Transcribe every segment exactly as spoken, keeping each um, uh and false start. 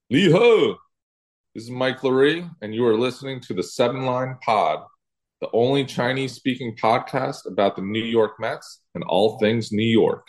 Lee Ho! This is Mike Lurie, and you are listening to the Seven Line Pod, the only Chinese speaking podcast about the New York Mets and all things New York.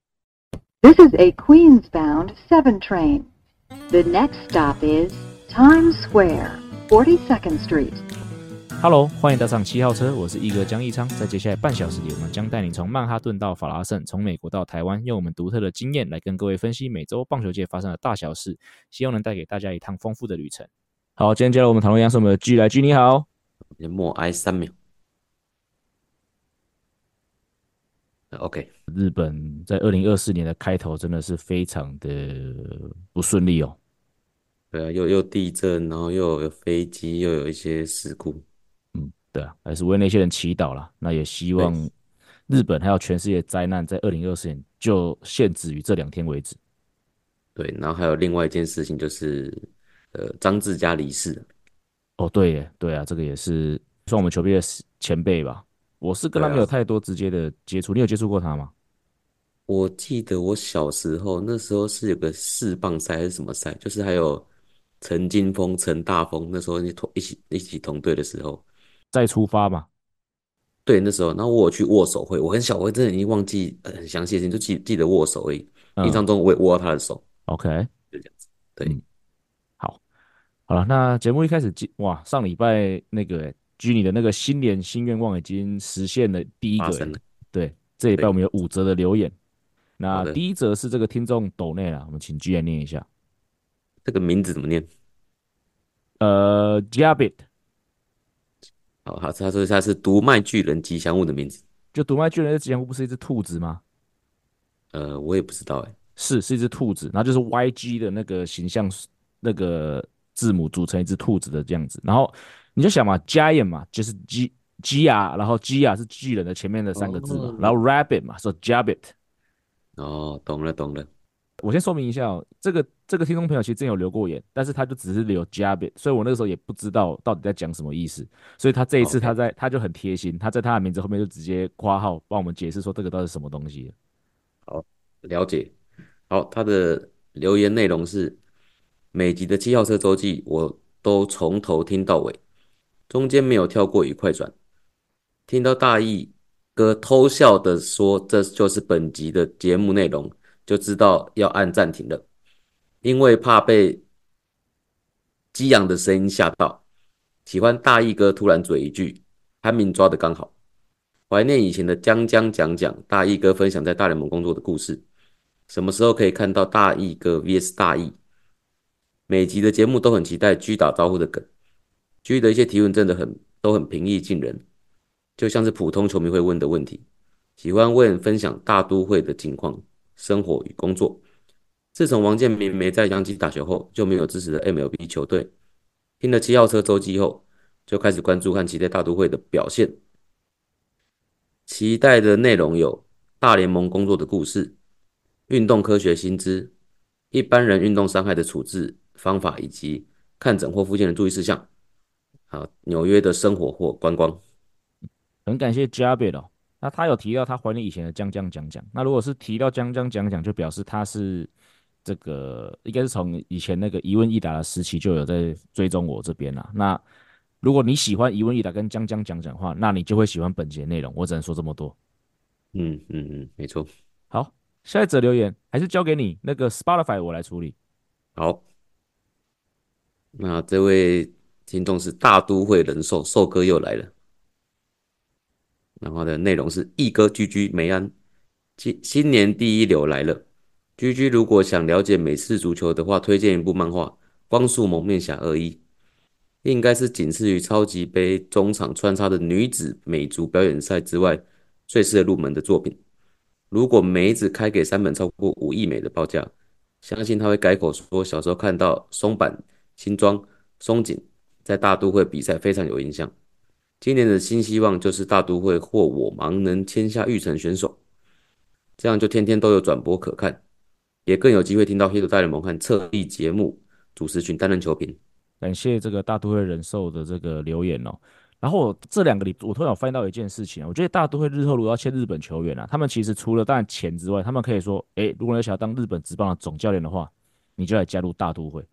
This is a Queens-bound seven train. The next stop is Times Square, forty-second Street. Hello， 欢迎搭上七号车，我是一哥江一昌。在接下来半小时里，我们将带你从曼哈顿到法拉盛，从美国到台湾，用我们独特的经验来跟各位分析美洲棒球界发生的大小事，希望能带给大家一趟丰富的旅程。好，今天加入我们讨论一样是我们的 G 来 G， 你好。 默哀三秒。OK， 日本在二零二四年的开头真的是非常的不顺利哦。 对啊，又又地震，然后又有飞机，又有一些事故。 嗯，对啊，还是为那些人祈祷啦。那也希望日本还有全世界灾难在二零二四年就限制于这两天为止。 对，然后还有另外一件事情就是，呃，张志佳离世。 哦，对耶，对啊，这个也是算我们球队的前辈吧。我是跟他没有太多直接的接触，你有接触过他吗？ 我记得我小时候那时候是有个世棒赛还是什么赛，就是还有陈金峰、陈大峰，那时候一同一起一起同队的时候， 再出发嘛。 对，那时候，然后我有去握手会，我很小，我真的已经忘记呃很详细的事情，就记记得握手而已。印嗯象中我也握到他的手， ，OK， 就这样子。对， 嗯，好，好了，那节目一开始，哇，上礼拜那个居你的那个新年新愿望已经实现了第一个，诶， 发生了。 对，这礼拜我对， 们有五则的留言，那好的， 第一则是这个听众抖内啦，我们请居来念一下。 这个名字怎么念？ 呃，Jabit， 好，他他说他是读卖巨人吉祥物的名字。 就独卖巨人的吉祥物不是一只兔子吗？ 呃，我也不知道哎。 是是一只兔子，然后就是 Y G 的那个形象，那个字母组成一只兔子的这样子。然后你就想嘛，Giant 嘛，就是 G G 啊，然后 G 啊是巨人的前面的三个字嘛，然哦， 后 Rabbit 嘛，说 Jabbit。 哦，懂了懂了。 我先说明一下哦，这个这个听众朋友其实之前有留过言，但是他就只是留 Jabbit，所以我那个时候也不知道到底在讲什么意思。所以他这一次他 OK， 在他就很贴心，他在他的名字后面就直接括号帮我们解释说这个到底是什么东西。 好，了解。好，他的留言内容是：每集的七号车周记我都从头听到尾，中间没有跳过与快转。听到大义哥偷笑的说这就是本集的节目内容，就知道要按暂停了，因为怕被激昂的声音吓到。喜欢大义哥突然嘴一句，潘明抓的刚好。怀念以前的江江讲讲大义哥分享在大联盟工作的故事。什么时候可以看到大义哥 V S 大义？每集的节目都很期待 G 打招呼的梗，G 的一些提问真的很都很平易近人，就像是普通球迷会问的问题。喜欢问分享大都会的近况、生活与工作。自从王建民没在洋基打球后，就没有支持的 M L B 球队。听了七号车周记后，就开始关注和期待大都会的表现。期待的内容有大联盟工作的故事、运动科学新知、一般人运动伤害的处置方法以及看诊或复健的注意事项。好，纽约的生活或观光。 很感谢 Jabit 哦。那他有提到他怀念以前的江江讲讲，那如果是提到江江讲讲，就表示他是这个应该是从以前那个一问一答的时期就有在追踪我这边啦。那如果你喜欢一问一答跟江江讲讲的话，那你就会喜欢本节内容。我只能说这么多。 嗯嗯嗯，没错。 好，下一则留言还是交给你，那个 Spotify 我来处理。 好，那这位听众是大都会人寿，寿哥又来了。然后的内容是一哥居居梅安，新新年第一流来了。居居如果想了解美式足球的话，推荐一部漫画《光速蒙面侠二一》，应该是仅次于超级杯中场穿插的女子美足表演赛之外，最适合入门的作品。如果梅子开给三本超过五亿美的报价，相信他会改口说小时候看到松坂、新庄、松井在大都会比赛非常有印象。今年的新希望就是大都会或我盲能签下玉成选手，这样就天天都有转播可看，也更有机会听到《黑头大联盟》和侧翼节目主持群担任球评。 感谢这个大都会人寿的这个留言哦。然后我这两个礼，我突然有发现到一件事情啊，我觉得大都会日后如果要签日本球员啊，他们其实除了当然钱之外，他们可以说，诶，如果你想要当日本职棒的总教练的话，你就来加入大都会。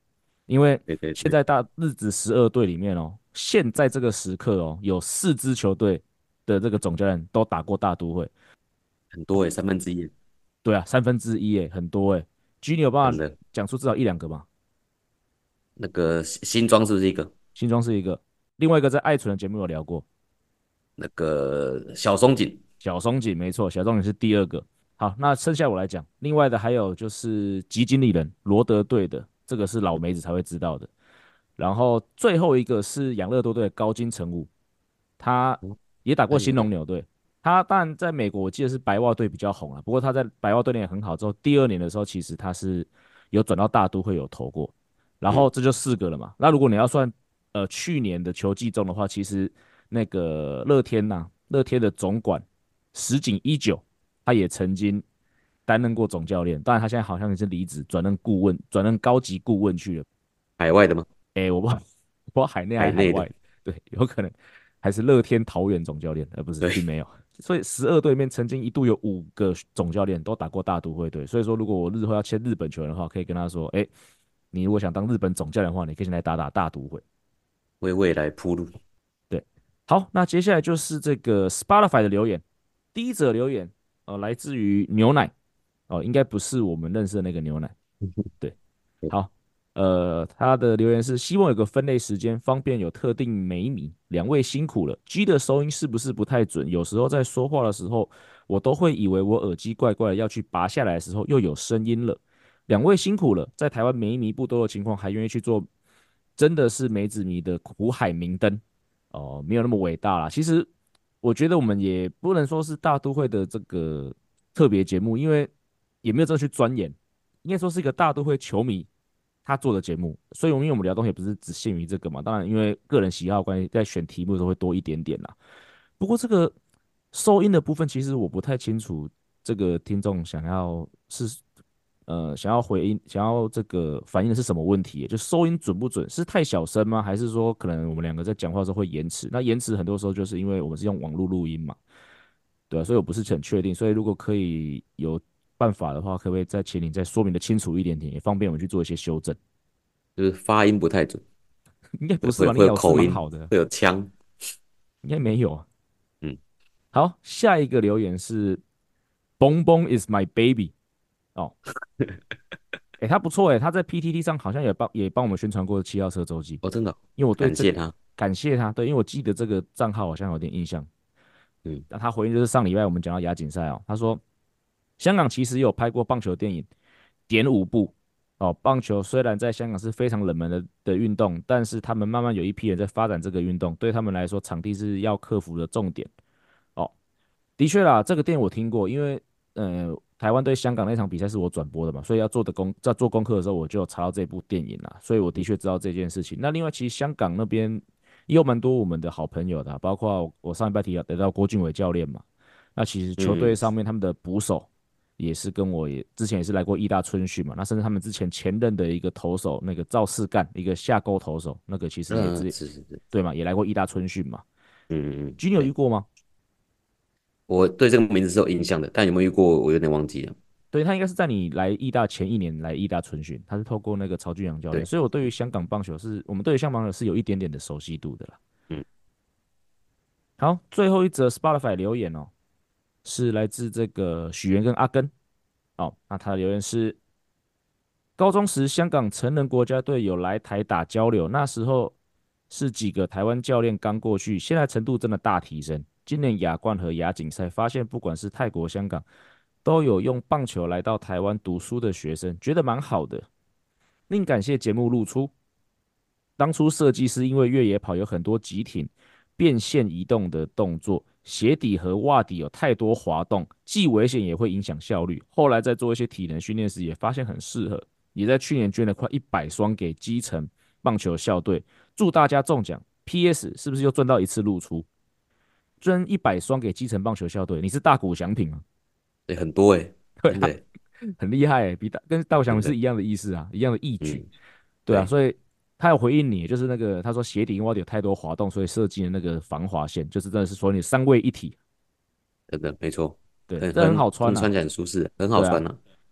因为对对对， 现在大日子十二队里面哦，现在这个时刻哦，有四支球队的这个总教练都打过大都会。 很多诶，三分之一， 对啊，三分之一诶，很多诶。G 你有办法真的。 讲出至少一两个吗？ 那个新新庄是不是一个？ 新庄是一个，另外一个在爱纯的节目有聊过， 那个小松井， 小松井没错，小松井是第二个。好，那剩下我来讲，另外的还有就是吉经理人罗德队的，这个是老梅子才会知道的。然后最后一个是养乐多队的高金城武，他哦， 也打过新他也在。 龙牛队。他当然在美国我记得是白袜队比较红啊，不过他在白袜队练得很好之后，第二年的时候其实他是有转到大都会有投过。然后嗯， 这就四个了嘛。那如果你要算呃去年的球季中的话，其实那个乐天呐、啊乐天的总管石井一九，他也曾经担任过总教练，当然他现在好像也是离职，转任顾问，转任高级顾问去了。 海外的吗？ 哎，我不知道不知道海内还是海外， 海内的， 对，有可能还是乐天桃园总教练，而不是， 对， 并没有。所以十二队里面曾经一度有五个总教练都打过大都会队，所以说如果我日后要签日本球员的话，可以跟他说，哎，你如果想当日本总教练的话，你可以先来打打大都会。 为未来铺路。 对，好，那接下来就是这个 Spotify 的留言，第一则留言，呃，来自于牛奶，哦，应该不是我们认识的那个牛奶。对，好，呃，他的留言是希望有个分类时间，方便有特定美米。两位辛苦了，G 的收音是不是不太准？有时候在说话的时候，我都会以为我耳机怪怪的，要去拔下来的时候又有声音了。两位辛苦了，在台湾梅迷不多的情况，还愿意去做，真的是梅子迷的苦海明灯哦，没有那么伟大啦。其实我觉得我们也不能说是大都会的这个特别节目，因为也没有真的去钻研，应该说是一个大都会球迷他做的节目。所以，我们因为我们聊东西也不是只限于这个嘛，当然因为个人喜好关系，在选题目的时候会多一点点啦。不过这个收音的部分，其实我不太清楚，这个听众想要是呃想要回应，想要这个反映的是什么问题？就收音准不准？是太小声吗？还是说可能我们两个在讲话的时候会延迟？那延迟很多时候就是因为我们是用网络录音嘛，对啊，所以我不是很确定。所以如果可以有办法的话，可不可以再请你再说明的清楚一点点，也方便我们去做一些修正？ 就是发音不太准， 应该不是吧？你会会会有咬字口音， 蛮好的， 会有腔。 应该没有啊。 嗯， 好，下一个留言是 "Bong Bong is my baby" 哦，诶，他不错诶，他在 P T T 上好像也帮也帮我们宣传过七号车周记， 哦，真的哦， 因为我对这个感谢他。 感谢他，对，因为我记得这个账号好像有点印象。 嗯， 那他回应就是上礼拜我们讲到亚锦赛哦，他说香港其实有拍过棒球电影，点五部哦。棒球虽然在香港是非常冷门的的运动，但是他们慢慢有一批人在发展这个运动，对他们来说，场地是要克服的重点哦。的确啦，这个电影我听过，因为呃，台湾对香港那场比赛是我转播的嘛，所以要做的功在做功课的时候，我就有查到这部电影啦，所以我的确知道这件事情。那另外，其实香港那边也有蛮多我们的好朋友的啊包括我上一拜提到得到郭俊伟教练嘛，那其实球队嗯， 上面他们的捕手也是跟我也之前也是来过义大春训嘛，那甚至他们之前前任的一个投手那个赵世干，一个下钩投手，那个其实也呃， 是是是是， 对嘛，也来过义大春训嘛。 嗯嗯嗯， G 你有遇对， 过吗？ 我对这个名字是有印象的，但有没有遇过，我有点忘记了。 对，他应该是在你来义大前一年来义大春训，他是透过那个曹俊阳教练， 对， 所以我对于香港棒球是我们对于香港棒球是有一点点的熟悉度的啦。 嗯， 好，最后一则 Spotify 留言哦，是来自这个许源跟阿根哦，那他的留言是高中时香港成人国家队有来台打交流，那时候是几个台湾教练刚过去，现在程度真的大提升。今年亚冠和亚锦赛发现，不管是泰国、香港，都有用棒球来到台湾读书的学生，觉得蛮好的。另感谢节目露出，当初设计是因为越野跑有很多急停、变线移动的动作，鞋底和袜底有太多滑动，既危险也会影响效率。后来在做一些体能训练时，也发现很适合，也在去年捐了快一百双给基层棒球校队，祝大家中奖。P S 是不是又赚到一次露出？捐一百双给基层棒球校队，你是大谷翔平吗？ 对，很多诶， 对啊， 真的诶， 很厉害欸，比大跟大谷翔真的， 平是一样的意思啊，一样的义举。 嗯， 对啊， 对， 所以他有回应你，就是那个他说鞋底因为有太多滑动，所以设计了那个防滑线，就是真的是说你三位一体。 真的没错， 对，这很很很好穿啊。 真的穿起来很舒适，很好对啊， 穿啊。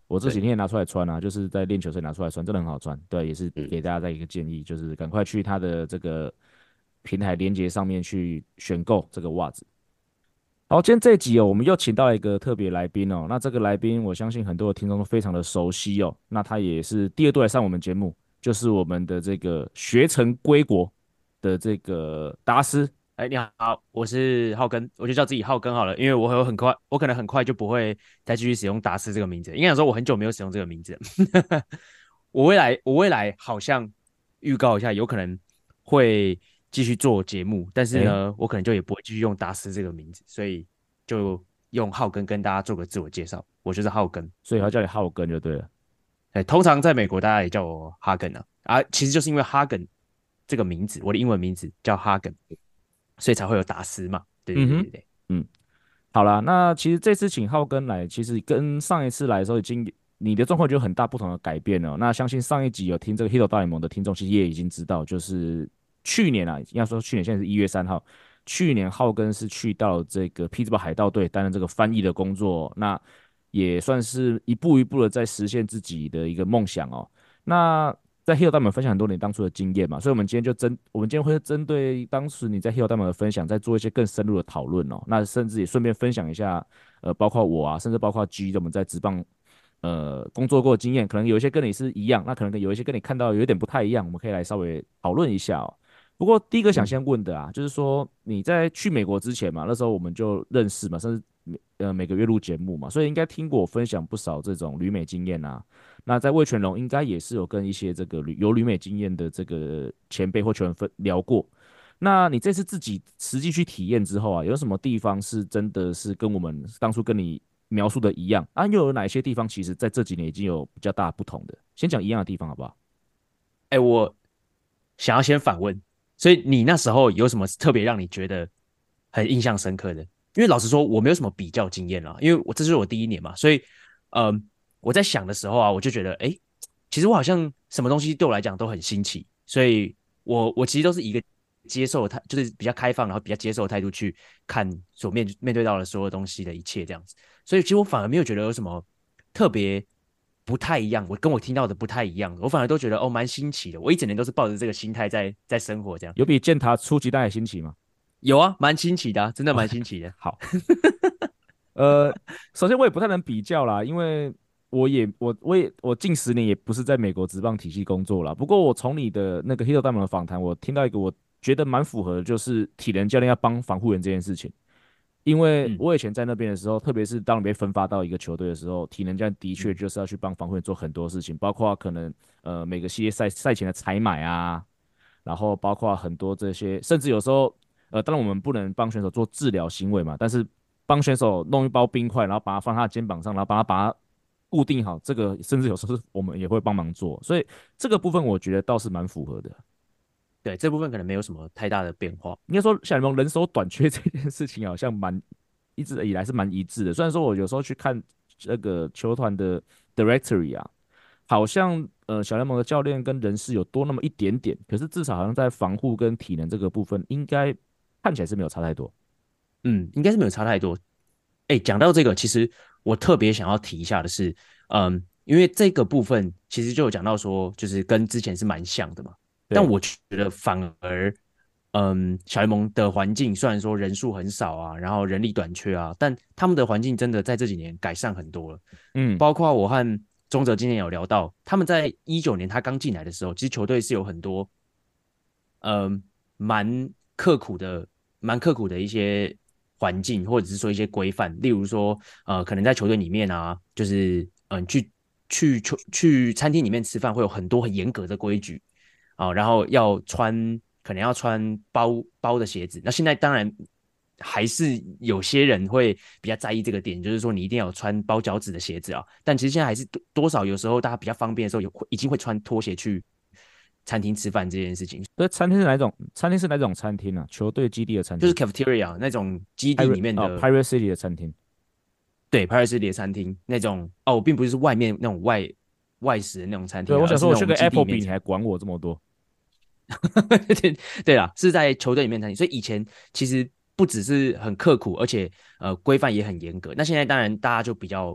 我这几天也拿出来穿啊，就是在练球时拿出来穿，真的很好穿。对，也是嗯， 给大家再一个建议，就是赶快去他的这个平台连接上面去选购这个袜子。好，今天这一集哦，我们又请到了一个特别来宾哦。那这个来宾，我相信很多的听众都非常的熟悉哦。那他也是第二度来上我们节目，就是我们的这个学成归国的这个达斯。 哎，你好，我是浩根，我就叫自己浩根好了，因为我有很快，我可能很快就不会再继续使用达斯这个名字。应该讲说，我很久没有使用这个名字了。我未来，我未来好像预告一下，有可能会继续做节目，但是哎， 呢，我可能就也不会继续用达斯这个名字，所以就用浩根跟大家做个自我介绍。我就是浩根， 所以他叫你浩根就对了。 哎，通常在美国大家也叫我哈根啊，啊，其实就是因为哈根这个名字，我的英文名字叫哈根，所以才会有达斯嘛。对对嗯哼， 对对对。 嗯，好啦，那其实这次请浩根来，其实跟上一次来的时候已经你的状况就有很大不同的改变了。那相信上一集有听这个《h i t 大联盟》的听众，其实也已经知道，就是去年啊，应该说去年现在是一月三号，去年浩根是去到这个匹兹堡海盗队担任这个翻译的工作，那也算是一步一步的在实现自己的一个梦想哦。那在 Hill 大联盟分享很多你当初的经验嘛，所以我们今天就针，我们今天会针对当时你在 Hill 大联盟的分享，再做一些更深入的讨论哦。那甚至也顺便分享一下，呃，包括我啊，甚至包括 G 我们在职棒呃工作过的经验，可能有一些跟你是一样，那可能有一些跟你看到有一点不太一样，我们可以来稍微讨论一下哦。不过第一个想嗯， 先问的啊，就是说你在去美国之前嘛，那时候我们就认识嘛，甚至每呃每个月录节目嘛，所以应该听过我分享不少这种旅美经验啊。那在魏全龙应该也是有跟一些这个旅有旅美经验的这个前辈或球员分聊过。那你这次自己实际去体验之后啊，有什么地方是真的是跟我们当初跟你描述的一样啊？又有哪些地方其实在这几年已经有比较大不同的？先讲一样的地方好不好？ 哎，我想要先反问，所以你那时候有什么特别让你觉得很印象深刻的？因为老实说，我没有什么比较经验啦，因为我这是我第一年嘛，所以，嗯，我在想的时候啊，我就觉得，哎，其实我好像什么东西对我来讲都很新奇，所以我我其实都是一个接受态，就是比较开放，然后比较接受的态度去看所面面对到的所有东西的一切这样子，所以其实我反而没有觉得有什么特别不太一样，我跟我听到的不太一样，我反而都觉得哦蛮新奇的。我一整年都是抱着这个心态在在生活，这样有比健塔初级大还新奇吗？ 有啊，蛮新奇的、啊，真的蛮新奇的。 好，呃，首先我也不太能比较啦，因为我也我我也我近十年也不是在美国职棒体系工作啦。不过我从你的那个 Hito 大联盟的访谈，我听到一个我觉得蛮符合的，就是体能教练要帮防护员这件事情。因为嗯我以前在那边的时候，特别是当你被分发到一个球队的时候，体能教练的确嗯就是要去帮防护员做很多事情，包括可能呃每个系列赛赛前的采买啊，然后包括很多这些，甚至有时候呃，当然我们不能帮选手做治疗行为嘛，但是帮选手弄一包冰块，然后把它放他的肩膀上，然后把它把它固定好，这个甚至有时候是我们也会帮忙做，所以这个部分我觉得倒是蛮符合的。 对，这部分可能没有什么太大的变化。 应该说小联盟人手短缺这件事情好像蛮一直以来是蛮一致的。虽然说我有时候去看那个球团的 directory 啊，好像呃小联盟的教练跟人事有多那么一点点，可是至少好像在防护跟体能这个部分，应该看起来是没有差太多。 嗯，应该是没有差太多。哎，讲到这个，其实我特别想要提一下的是，嗯，因为这个部分其实就有讲到说，就是跟之前是蛮像的嘛。但对， 我觉得反而，嗯，小联盟的环境虽然说人数很少啊，然后人力短缺啊，但他们的环境真的在这几年改善很多了。 嗯， 包括我和中泽今天有聊到，他们在一九年他刚进来的时候，其实球队是有很多呃蛮刻苦的、蛮刻苦的一些环境，或者是说一些规范，例如说呃，可能在球队里面啊，就是嗯、呃、去去去去餐厅里面吃饭会有很多很严格的规矩啊、然后要穿可能要穿包包的鞋子。那现在当然还是有些人会比较在意这个点，就是说你一定要有穿包脚趾的鞋子啊。但其实现在还是多多少有时候大家比较方便的时候，有已经会穿拖鞋去餐厅吃饭这件事情， 所以餐厅是哪一种？餐厅是哪种餐厅啊？球队基地的餐就是厅 cafeteria 那种基地 ，Pirate 哦里面的 ，Pirate City 的餐厅。 对 Paris City 的餐厅那种哦，并不是外面那种外外食的那种餐对， 厅啊， 我想说，我去个而是那种基地里 Apple 比， 面餐。 你还管我这么多？ 对对啦，是在球队里面餐厅，所以以前其实不只是很刻苦，而且呃规范也很严格。那现在当然大家就比较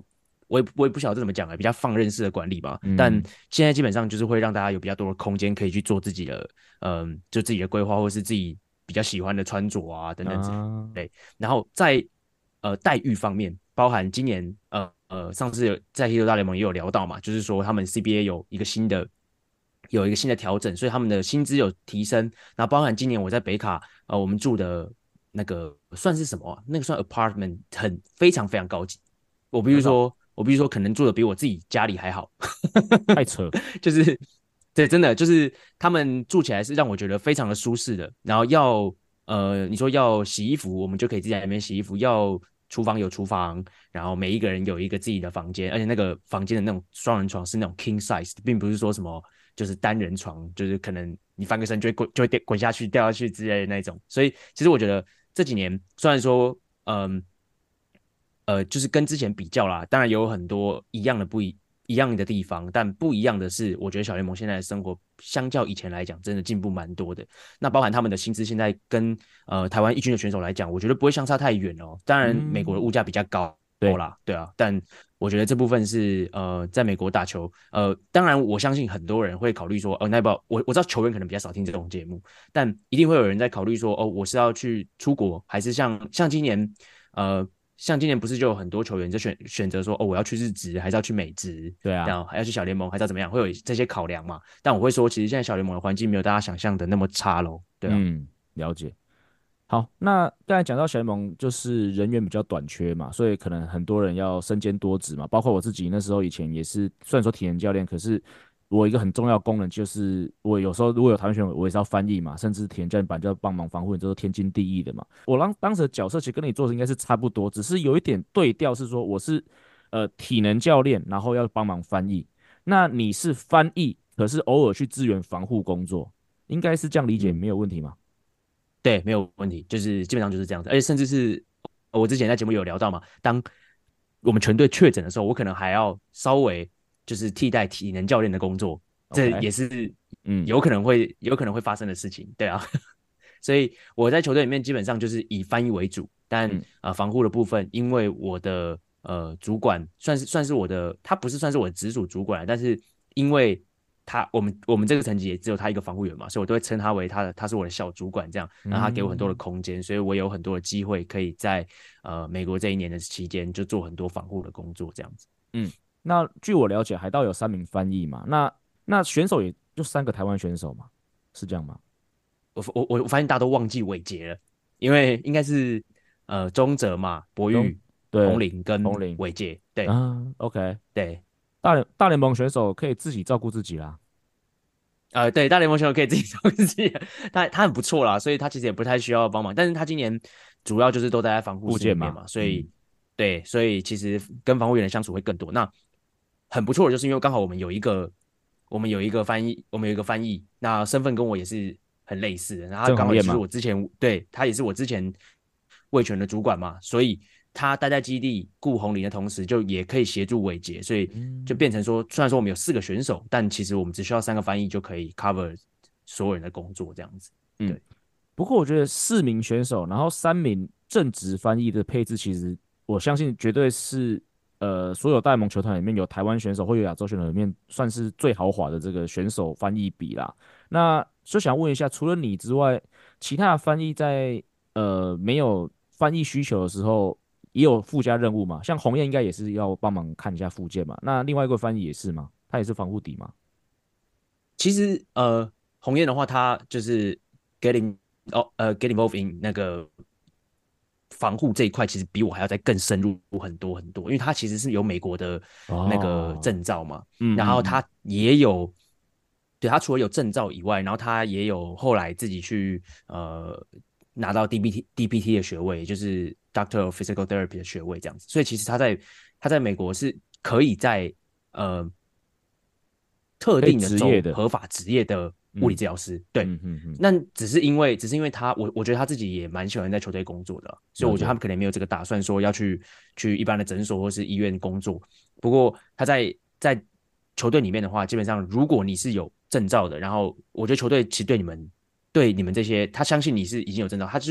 我也我也不晓得怎么讲啊，比较放任式的管理吧。 嗯但现在基本上就是会让大家有比较多的空间可以去做自己的，嗯，就自己的规划，或是自己比较喜欢的穿着啊等等之啊， 类。然后在呃待遇方面，包含今年呃呃上次有在 Hito 大联盟也有聊到嘛，就是说他们 C B A 有一个新的有一个新的调整，所以他们的薪资有提升。然后包含今年我在北卡呃我们住的那个算是什么啊？那个算 apartment 很非常非常高级。我必须真的哦说，我必须说，可能住的比我自己家里还好。 太扯， 就是对，真的就是他们住起来是让我觉得非常的舒适的。然后要呃，你说要洗衣服，我们就可以自己在那边洗衣服；要厨房有厨房，然后每一个人有一个自己的房间，而且那个房间的那种双人床是那种 king size，并不是说什么就是单人床，就是可能你翻个身就会滚就会跌滚下去掉下去之类的那种。所以其实我觉得这几年虽然说嗯。呃，就是跟之前比较啦，当然有很多一样的不一一样的地方，但不一样的是，我觉得小联盟现在的生活相较以前来讲，真的进步蛮多的。那包含他们的薪资，现在跟呃台湾一军的选手来讲，我觉得不会相差太远哦。当然，美国的嗯， 物价比较高对啦，对啊，但我觉得这部分是呃，在美国打球，呃，当然我相信很多人会考虑说，哦，那要不要我我知道球员可能比较少听这种节目，但一定会有人在考虑说，哦，我是要去出国，还是像像今年呃。像今年不是就有很多球员就选选择说，哦，我要去日职，还是要去美职， 对啊， 然后还要去小联盟，还是要怎么样，会有这些考量嘛？但我会说，其实现在小联盟的环境没有大家想象的那么差咯，对啊。 嗯，了解。好，那刚才讲到小联盟就是人员比较短缺嘛，所以可能很多人要身兼多职嘛，包括我自己那时候以前也是，虽然说体能教练，可是我一个很重要的功能就是我有时候如果有台湾选手，我也是要翻译嘛，甚至体能教练版就要帮忙防护，这都天经地义的嘛。我当当时的角色其实跟你做的应该是差不多，只是有一点对调是说我是呃体能教练，然后要帮忙翻译，那你是翻译，可是偶尔去支援防护工作，应该是这样理解嗯， 没有问题吗？ 对，没有问题，就是基本上就是这样子，而且甚至是我之前在节目有聊到嘛，当我们全队确诊的时候，我可能还要稍微就是替代体能教练的工作，这 OK， 也是嗯有可能会有可能会发生的事情，对啊。所以我在球队里面基本上就是以翻译为主，但嗯呃防护的部分，因为我的呃主管算是算是我的，他不是算是我的直属主管，但是因为他我们我们这个层级也只有他一个防护员嘛，所以我都会称他为他的他是我的小主管这样，然后他给我很多的嗯空间，所以我有很多的机会可以在呃美国这一年的期间就做很多防护的工作这样子。 嗯。那据我了解，海盗有三名翻译嘛？那那选手也就三个台湾选手嘛？是这样吗？ 我我我发现大家都忘记伟杰了，因为应该是呃中泽嘛、博中玉、 对红林跟红林伟杰，对啊，OK， 对。 大联大联盟选手可以自己照顾自己啦。 呃，对，大联盟选手可以自己照顾自己，他他很不错啦，所以他其实也不太需要帮忙。但是他今年主要就是都待在防护复健嘛， 室里面嘛，所以嗯对，所以其实跟防护员的相处会更多。那很不错的，就是因为刚好我们有一个我们有一个翻译，我们有一个翻译，那身份跟我也是很类似的。然后他刚好也郑鸿燕嘛， 是我之前对他也是我之前卫权的主管嘛，所以他待在基地顾红林的同时，就也可以协助伟杰，所以就嗯变成说，虽然说我们有四个选手，但其实我们只需要三个翻译就可以 cover 所有人的工作这样子。 嗯。 对， 不过我觉得四名选手，然后三名正职翻译的配置，其实我相信绝对是呃所有大联盟球团里面有台湾选手或有亚洲选手里面算是最豪华的这个选手翻译比啦。那就想问一下，除了你之外，其他的翻译在呃没有翻译需求的时候，也有附加任务嘛？像鸿雁应该也是要帮忙看一下附件嘛？那另外一个翻译也是吗？他也是防护底吗？ 其实呃，红燕的话，他就是 getting 哦呃 get involved in 那个防护这一块，其实比我还要再更深入很多很多，因为他其实是有美国的那个哦， 证照嘛， 嗯嗯嗯， 然后他也有，对他除了有证照以外，然后他也有后来自己去呃拿到 D B T D P T 的学位，就是 Doctor of Physical Therapy 的学位这样子，所以其实他在他在美国是可以在呃特可以定的职业的， 州合法职业的物理嗯治疗师，对。 嗯嗯嗯， 那只是因为，只是因为他，我我觉得他自己也蛮喜欢在球队工作的，所以了解， 我觉得他们可能没有这个打算，说要去去一般的诊所或是医院工作。不过他在在球队里面的话，基本上如果你是有证照的，然后我觉得球队其实对你们对你们这些，他相信你是已经有证照，他就是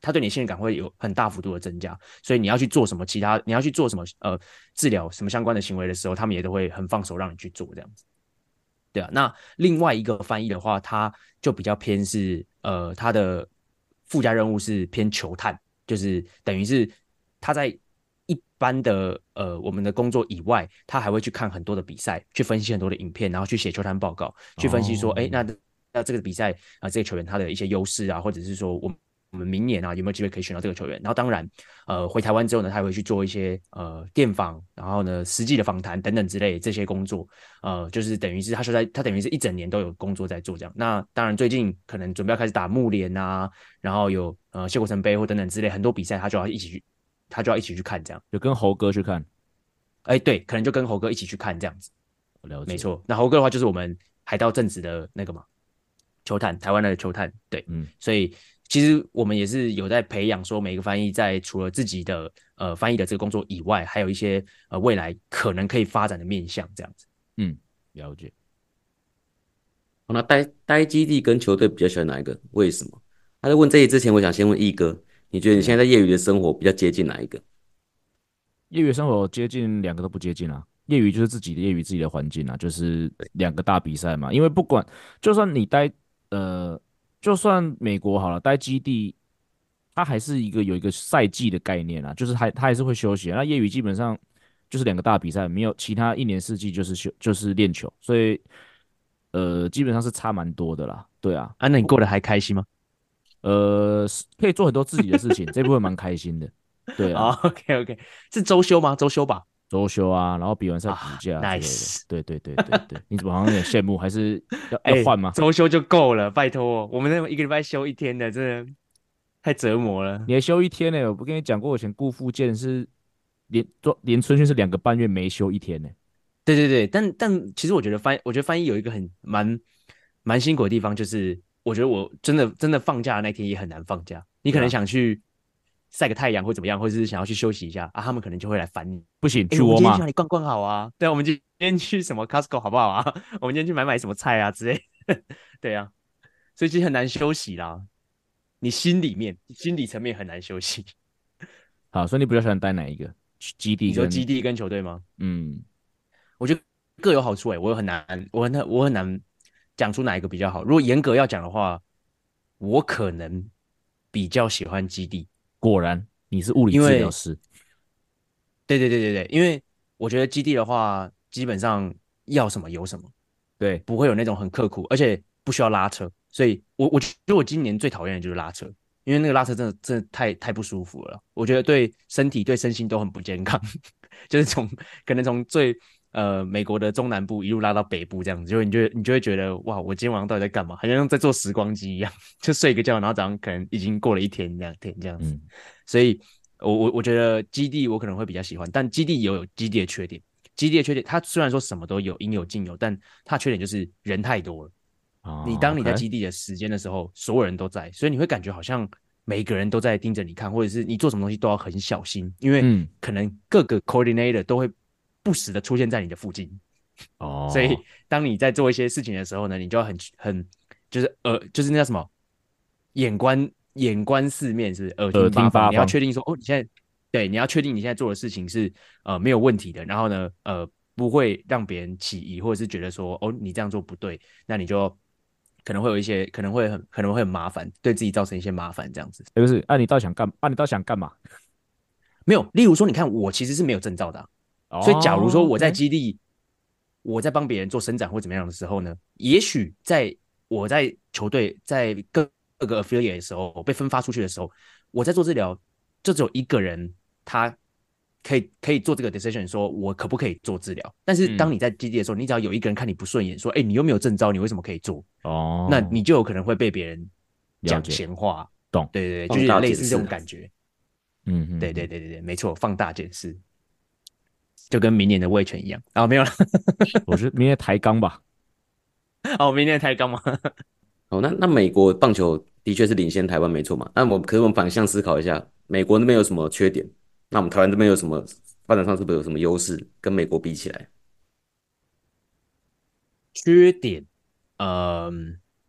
它对你的信任感会有很大幅度的增加，所以你要去做什么其他，你要去做什么呃治疗什么相关的行为的时候，他们也都会很放手让你去做这样子。对啊，那另外一个翻译的话，它就比较偏是呃，它的附加任务是偏球探，就是等于是他在一般的呃我们的工作以外，他还会去看很多的比赛，去分析很多的影片，然后去写球探报告，去分析说，哎、 哦， 那那这个比赛啊、呃，这个球员他的一些优势啊，或者是说我们。我们明年啊有没有机会可以选到这个球员？然后当然，呃，回台湾之后呢，他也会去做一些呃电访，然后呢实际的访谈等等之类这些工作。呃，就是等于是他说在他等于是一整年都有工作在做这样。那当然最近可能准备要开始打木联啊，然后有呃谢国成杯或等等之类很多比赛，他就要一起去，他就要一起去看这样。 就跟猴哥去看， 哎，对，可能就跟猴哥一起去看这样子。 我了解。 没错，那猴哥的话就是我们海盗正子的那个嘛，球探，台湾的球探，对， 嗯， 所以其实我们也是有在培养，说每个翻译在除了自己的呃翻译的这个工作以外，还有一些呃未来可能可以发展的面向这样子。 嗯，了解。 好，那待待基地跟球队比较喜欢哪一个？为什么？他在问这里之前，我想先问一哥，你觉得你现在在业余的生活比较接近哪一个？ 业余生活接近两个都不接近啊。业余就是自己的业余自己的环境啊，就是两个大比赛嘛。因为不管就算你待呃，就算美国好了，待基地，它还是一个有一个赛季的概念啊，就是还它还是会休息啊。那业余基本上就是两个大比赛，没有其他一年四季就是休就是练球，所以呃基本上是差蛮多的啦。对啊， 啊，那你过得还开心吗？ 呃可以做很多自己的事情，这部分蛮开心的。对啊、 啊， o k OK，是周休吗？周休吧。 周休啊，然后比完赛补啊假之类的。 ，nice。 对对对对对，你怎么好像有点羡慕？还是要要哎、 换吗？ 周休就够了，拜托，我们那一个礼拜休一天的，真的太折磨了。 你还休一天呢、我不跟你讲过，我以前顾复健是连做连春训是两个半月没休一天呢、 对对对，但但其实我觉得翻，我觉得翻译有一个很蛮蛮辛苦的地方，就是我觉得我真的真的放假的那天也很难放假。你可能对啊， 想去晒个太阳或怎么样，或者是想要去休息一下啊，他们可能就会来烦你。 不行， 哎，我们去窝嘛。 今天去哪里逛逛好啊？对啊，我们今天去什么 Costco 好不好啊？我们今天去买买什么菜啊之类的。对啊，所以其实很难休息啦。你心里面心理层面很难休息。 好，所以你比较喜欢待哪一个？基地你说跟基地跟球队吗？ 嗯， 我觉得各有好处诶、欸，我很难，我很我很难讲出哪一个比较好。如果严格要讲的话，我可能比较喜欢基地， 果然你是物理因为治疗师。 对对对对对，因为我觉得基地的话，基本上要什么有什么， 对， 不会有那种很刻苦，而且不需要拉扯。所以我我觉得我今年最讨厌的就是拉扯，因为那个拉扯真的真的太太不舒服了，我觉得对身体对身心都很不健康。就是从可能从最呃美国的中南部一路拉到北部这样子，就你就你就会觉得哇，我今天晚上到底在干嘛？好像在坐时光机一样，就睡个觉，然后早上可能已经过了一天两天这样子。 嗯， 所以我我我觉得基地我可能会比较喜欢，但基地也有基地的缺点。基地的缺点，它虽然说什么都有，应有尽有，但它缺点就是人太多了。你哦当你在 ，OK， 基地的时间的时候，所有人都在，所以你会感觉好像每一个人都在盯着你看，或者是你做什么东西都要很小心，因为嗯， 可能各个 coordinator 都会不时的出现在你的附近，所以哦， 当你在做一些事情的时候呢，你就要很很就是呃就是那叫什么眼观眼观四面是耳耳听八方，你要听八方。 确定说哦你现在对你要确定你现在做的事情是呃没有问题的，然后呢呃不会让别人起疑，或者是觉得说哦你这样做不对，那你就可能会有一些可能会很可能会很麻烦，对自己造成一些麻烦这样子。 哎，不是，啊，你到底想干？啊，你到底想干嘛？ 没有，例如说你看我其实是没有证照的啊、所以假如说哦我在 ，OK， 基地，我在帮别人做伸展或怎么样的时候呢，也许在我在球队在各各个 affiliate 的时候被分发出去的时候，我在做治疗，就只有一个人他可以可以做这个 decision，说我可不可以做治疗。但是当嗯， 你在基地的时候，你只要有一个人看你不顺眼，说，哎，你又没有证照，你为什么可以做？那哦， 你就有可能会被别人讲了解， 闲话。 懂。 对对对，就放大是类似这检视啊。 种感觉。 嗯嗯嗯， 对对对对对，没错，放大检视。就跟明年的卫权一样啊，没有了。 我是明天抬杠吧。 哦，明年抬杠吗？ 好，那那美国棒球的确是领先台湾没错嘛？那我可是我们反向思考一下，美国那边有什么缺点？那我们台湾这边有什么发展上是不是有什么优势？跟美国比起来， 缺点，嗯，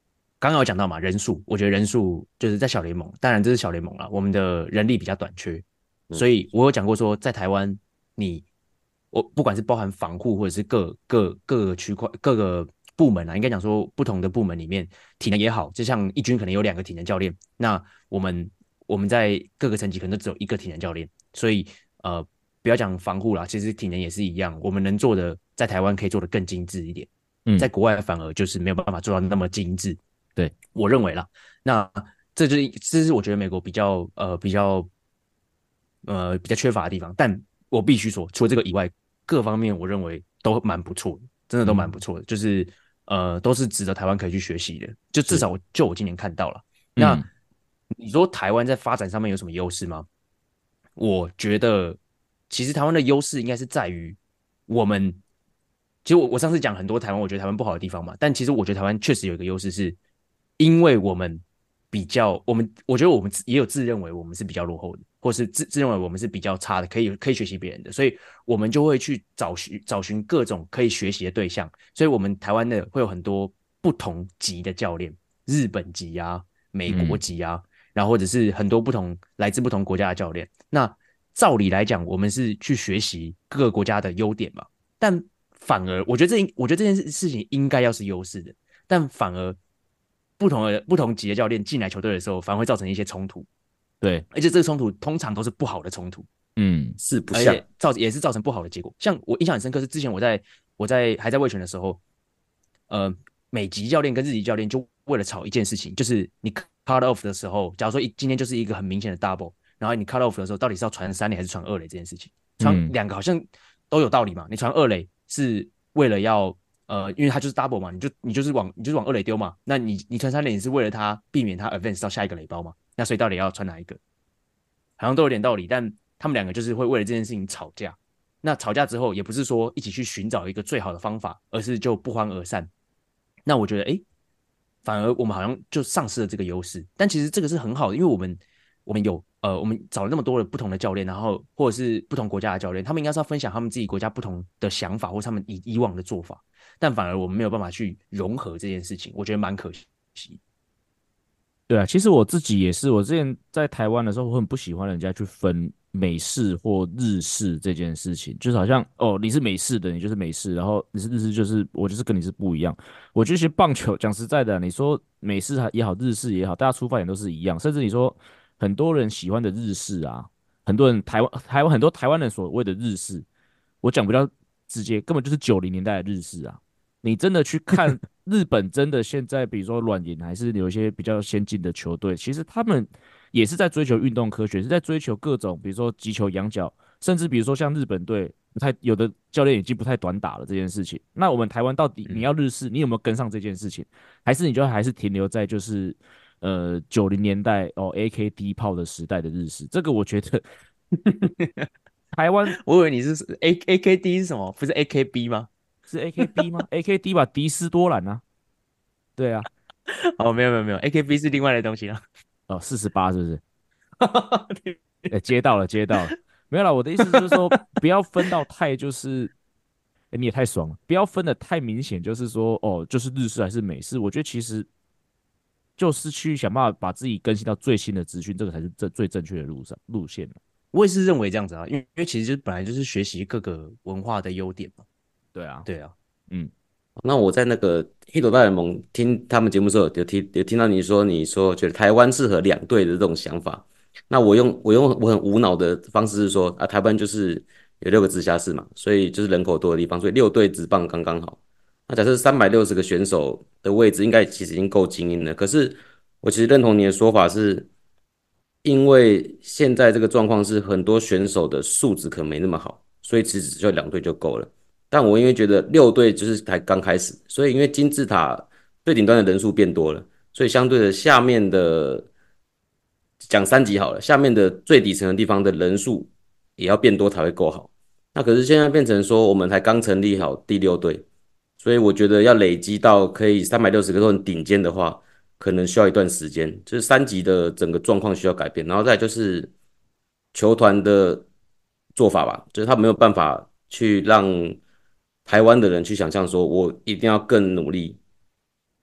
刚刚有讲到嘛，人数，我觉得人数就是在小联盟，当然这是小联盟啦，我们的人力比较短缺，所以我有讲过说，在台湾你我不管是包含防护或者是各各各个区块各个部门啊，应该讲说不同的部门里面，体能也好，就像一军可能有两个体能教练，那我们我们在各个层级可能都只有一个体能教练，所以呃不要讲防护啦，其实体能也是一样，我们能做的在台湾可以做的更精致一点，嗯，在国外反而就是没有办法做到那么精致。 对， 我认为啦，那这就是这是我觉得美国比较呃比较呃比较缺乏的地方。但我必须说，除了这个以外，各方面我认为都蛮不错的，真的都蛮不错的，嗯、就是呃都是值得台湾可以去学习的。就至少我就我今年看到了。那、嗯、你说台湾在发展上面有什么优势吗？我觉得其实台湾的优势应该是在于我们。其实我我上次讲很多台湾，我觉得台湾不好的地方嘛，但其实我觉得台湾确实有一个优势是。因为我们比较，我们我觉得我们也有自认为我们是比较落后的，或是自自认为我们是比较差的，可以可以学习别人的，所以我们就会去找寻找寻各种可以学习的对象。所以我们台湾的会有很多不同级的教练，日本级啊、美国级啊，嗯、然后或者是很多不同来自不同国家的教练。那照理来讲，我们是去学习各个国家的优点嘛，但反而我觉得这我觉得这件事情应该要是优势的，但反而。不同的不同级的教练进来球队的时候，反而会造成一些冲突。 对， 而且这个冲突通常都是不好的冲突。 嗯， 是不像， 造也是造成不好的结果。像我印象很深刻是之前我在我在还在卫权的时候，呃，美籍教练跟日籍教练就为了吵一件事情，就是你 cut off 的时候，假如说今天就是一个很明显的 double， 然后你 cut off 的时候，到底是要传三垒还是传二垒这件事情，传两个好像都有道理嘛。你传二垒是为了要。呃，因为他就是 double 嘛，你就你就是往你就是往二垒丢嘛，那你你传三垒是为了他避免他 advance 到下一个垒包嘛，那所以到底要传哪一个？好像都有点道理，但他们两个就是会为了这件事情吵架。那吵架之后，也不是说一起去寻找一个最好的方法，而是就不欢而散。那我觉得，哎，反而我们好像就丧失了这个优势。但其实这个是很好的，因为我们我们有呃，我们找了那么多的不同的教练，然后或者是不同国家的教练，他们应该是要分享他们自己国家不同的想法，或是他们以以往的做法。但反而我们没有办法去融合这件事情，我觉得蛮可惜。 对啊，其实我自己也是，我之前在台湾的时候，我很不喜欢人家去分美式或日式这件事情，就是好像哦，你是美式的，你就是美式，然后你是日式，就是我就是跟你是不一样。我觉得其实棒球讲实在的，你说美式也好，日式也好，大家出发点都是一样，甚至你说很多人喜欢的日式啊，很多人台湾台湾很多台湾人所谓的日式，我讲比较直接，根本就是九零年代的日式啊。你真的去看日本，真的现在比如说软银还是有一些比较先进的球队，其实他们也是在追求运动科学，是在追求各种比如说击球、仰角，甚至比如说像日本队不太有的教练已经不太短打了这件事情。那我们台湾到底你要日式，你有没有跟上这件事情？还是你就还是停留在就是呃九零年代哦 A K 低炮的时代的日式？这个我觉得台湾， 我以为你是 A A K D 是什么？不是 A K B 吗？ 是 A K B 吗？A K D 吧，迪斯多兰啊，对啊， 哦，没有没有没有 ，A K B 是另外的东西了。 哦，四十八是不是？欸、接到了，接到了，没有啦。我的意思就是说，不要分到太就是，欸、你也太爽了，不要分的太明显，就是说，哦，就是日式还是美式。我觉得其实就是去想办法把自己更新到最新的资讯，这个才是正最正确的路上路线。 我也是认为这样子啊，因为因为其实就本来就是学习各个文化的优点嘛。 对啊， 对啊， 嗯， 那我在那个《黑斗大联盟》听他们节目的时候，有听有听到你说，你说觉得台湾适合两队的这种想法。那我用我用我很无脑的方式是说啊，台湾就是有六个直辖市嘛，所以就是人口多的地方，所以六队职棒刚刚好。那假设三百六十个选手的位置，应该其实已经够精英了。可是我其实认同你的说法是，因为现在这个状况是很多选手的素质可能没那么好，所以其实只有两队就够了。但我因为觉得六队就是才刚开始，所以因为金字塔最顶端的人数变多了，所以相对的下面的讲三级好了，下面的最底层的地方的人数也要变多才会够好。那可是现在变成说我们才刚成立好第六队，所以我觉得要累积到可以三百六十个都很顶尖的话，可能需要一段时间，就是三级的整个状况需要改变，然后再就是球团的做法吧，就是他没有办法去让台湾的人去想象说，我一定要更努力，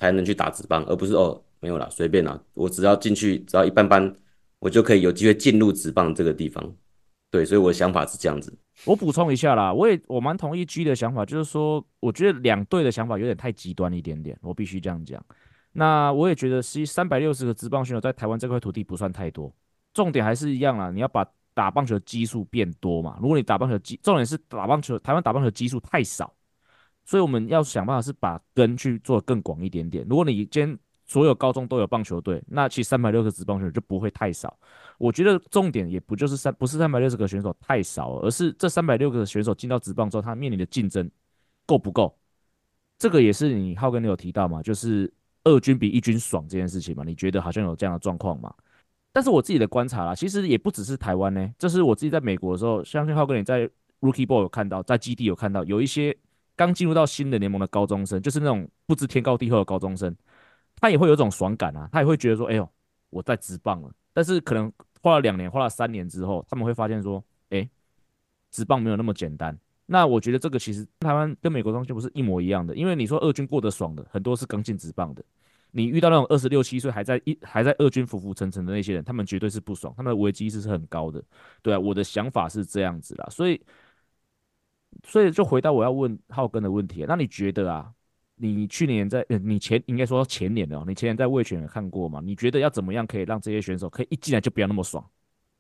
才能去打职棒，而不是哦没有啦，随便啦，我只要进去，只要一般般，我就可以有机会进入职棒这个地方。对，所以我的想法是这样子。 我补充一下啦，我也我蛮同意 G 的想法，就是说，我觉得两队的想法有点太极端一点点，我必须这样讲。那我也觉得，其实三百六十个职棒选手在台湾这块土地不算太多，重点还是一样啦，你要把打棒球的基数变多嘛。如果你打棒球基，重点是打棒球，台湾打棒球的基数太少，所以我们要想办法是把根去做更广一点点。如果你今天所有高中都有棒球队，那其实三百六十个职棒选手就不会太少。我觉得重点也不就是三不是三百六十个选手太少，而是这三百六十个选手进到职棒之后，他面临的竞争够不够？这个也是你浩哥你有提到嘛，就是二军比一军爽这件事情嘛，你觉得好像有这样的状况吗？但是我自己的观察啦，其实也不只是台湾呢，这是我自己在美国的时候，相信浩哥你在 Rookie Ball 有看到，在基地有看到，有一些刚进入到新的联盟的高中生，就是那种不知天高地厚的高中生，他也会有种爽感啊，他也会觉得说，哎呦，我在职棒了。但是可能花了两年，花了三年之后，他们会发现说，哎，职棒没有那么简单。那我觉得这个其实台湾跟美国东西不是一模一样的，因为你说二军过得爽的，很多是刚进职棒的。你遇到那种二十六七岁还在一还在二军浮浮沉沉的那些人，他们绝对是不爽，他们的危机意识是很高的。对啊，我的想法是这样子啦，所以所以就回到我要问浩根的问题啊，那你觉得啊，你去年在呃你前应该说前年的哦，你前年在卫权有看过吗？你觉得要怎么样可以让这些选手可以一进来就不要那么爽？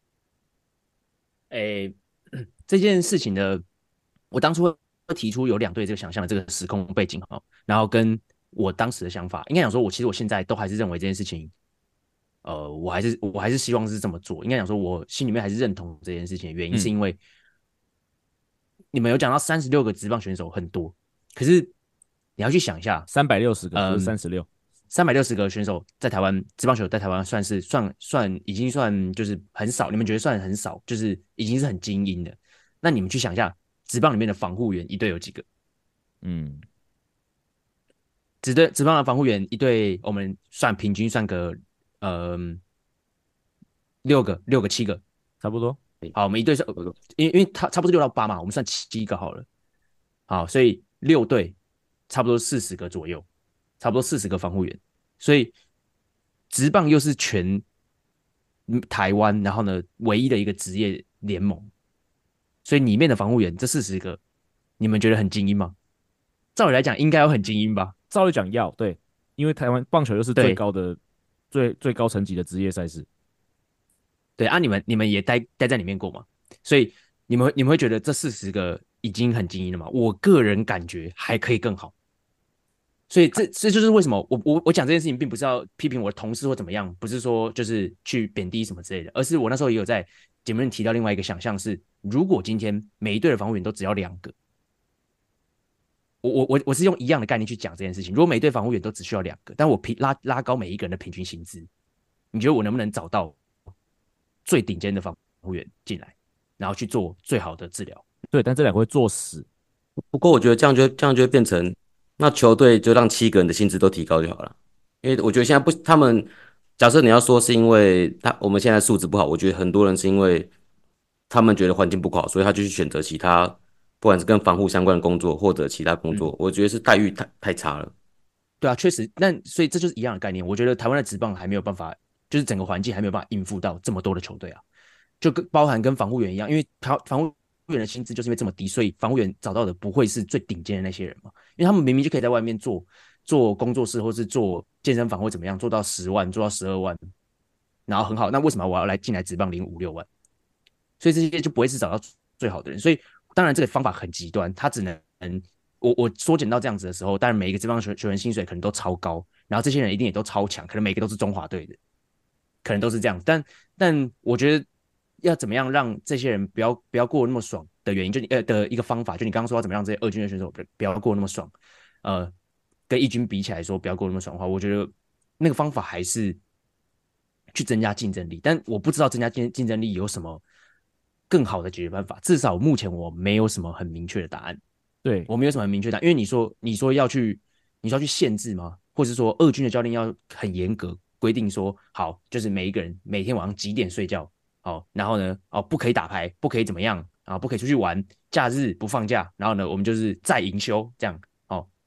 诶，这件事情的，我当初会提出有两队这个想象的这个时空背景哈，然后跟我当时的想法，应该讲说，我其实我现在都还是认为这件事情，呃，我还是我还是希望是这么做。应该讲说，我心里面还是认同这件事情的原因， 嗯是因为你们有讲到三十六个职棒选手很多，可是你要去想一下， 三百六十个不是嗯， 三十六， 三百六十个选手在台湾职棒球在台湾算是算算已经算就是很少，你们觉得算很少，就是已经是很精英的。那你们去想一下，职棒里面的防护员一队有几个？ 嗯， 职队职棒的防护员一队，我们算平均算个呃六个六个七个。 差不多。 好，我们一队是因为因为他差不多六到八嘛，我们算七个好了。好，所以六队差不多四十个左右，差不多四十个防护员。所以职棒又是全台湾，然后呢唯一的一个职业联盟，所以里面的防护员这四十个，你们觉得很精英吗？照理来讲，应该要很精英吧？ 照理讲要对，因为台湾棒球又是最高的最最高层级的职业赛事。 对啊，你们你们也待待在里面过嘛？所以你们你们会觉得这四十个已经很精英了吗？我个人感觉还可以更好。所以这这就是为什么我我我讲这件事情，并不是要批评我的同事或怎么样，不是说就是去贬低什么之类的，而是我那时候也有在节目里提到另外一个想象是，如果今天每一队的防护员都只要两个，我我我我是用一样的概念去讲这件事情。如果每一队防护员都只需要两个，但我平拉拉高每一个人的平均薪资，你觉得我能不能找到最顶尖的防护员进来，然后去做最好的治疗？ 对，但这两个会作死。 不过我觉得这样就这样就会变成，那球队就让七个人的薪资都提高就好了。因为我觉得现在不，他们假设你要说是因为他我们现在素质不好，我觉得很多人是因为他们觉得环境不好，所以他就去选择其他，不管是跟防护相关的工作或者其他工作， 嗯， 我觉得是待遇太太差了。 对啊，确实，那所以这就是一样的概念。我觉得台湾的职棒还没有办法，就是整个环境还没有办法应付到这么多的球队啊，就跟包含跟防护员一样，因为防防护员的薪资就是因为这么低，所以防护员找到的不会是最顶尖的那些人嘛，因为他们明明就可以在外面做做工作室或是做健身房或怎么样，做到十万，做到十二万，然后很好，那为什么我要来进来职棒领五六万？所以这些就不会是找到最好的人。所以当然这个方法很极端，他只能我我缩减到这样子的时候，当然每一个职棒球员薪水可能都超高，然后这些人一定也都超强，可能每个都是中华队的，可能都是这样。但但我觉得要怎么样让这些人不要不要过那么爽的原因，就你呃的一个方法，就你刚刚说要怎么样这些二军的选手不要过那么爽，呃，跟一军比起来说不要过那么爽的话，我觉得那个方法还是去增加竞争力。但我不知道增加竞竞争力有什么更好的解决办法，至少目前我没有什么很明确的答案。 对， 我没有什么很明确的答案，因为你说你说要去你说要去限制吗？或是说二军的教练要很严格规定说，好，就是每一个人每天晚上几点睡觉，好，然后呢，哦，不可以打牌，不可以怎么样啊，不可以出去玩，假日不放假，然后呢，我们就是再营休这样，哦，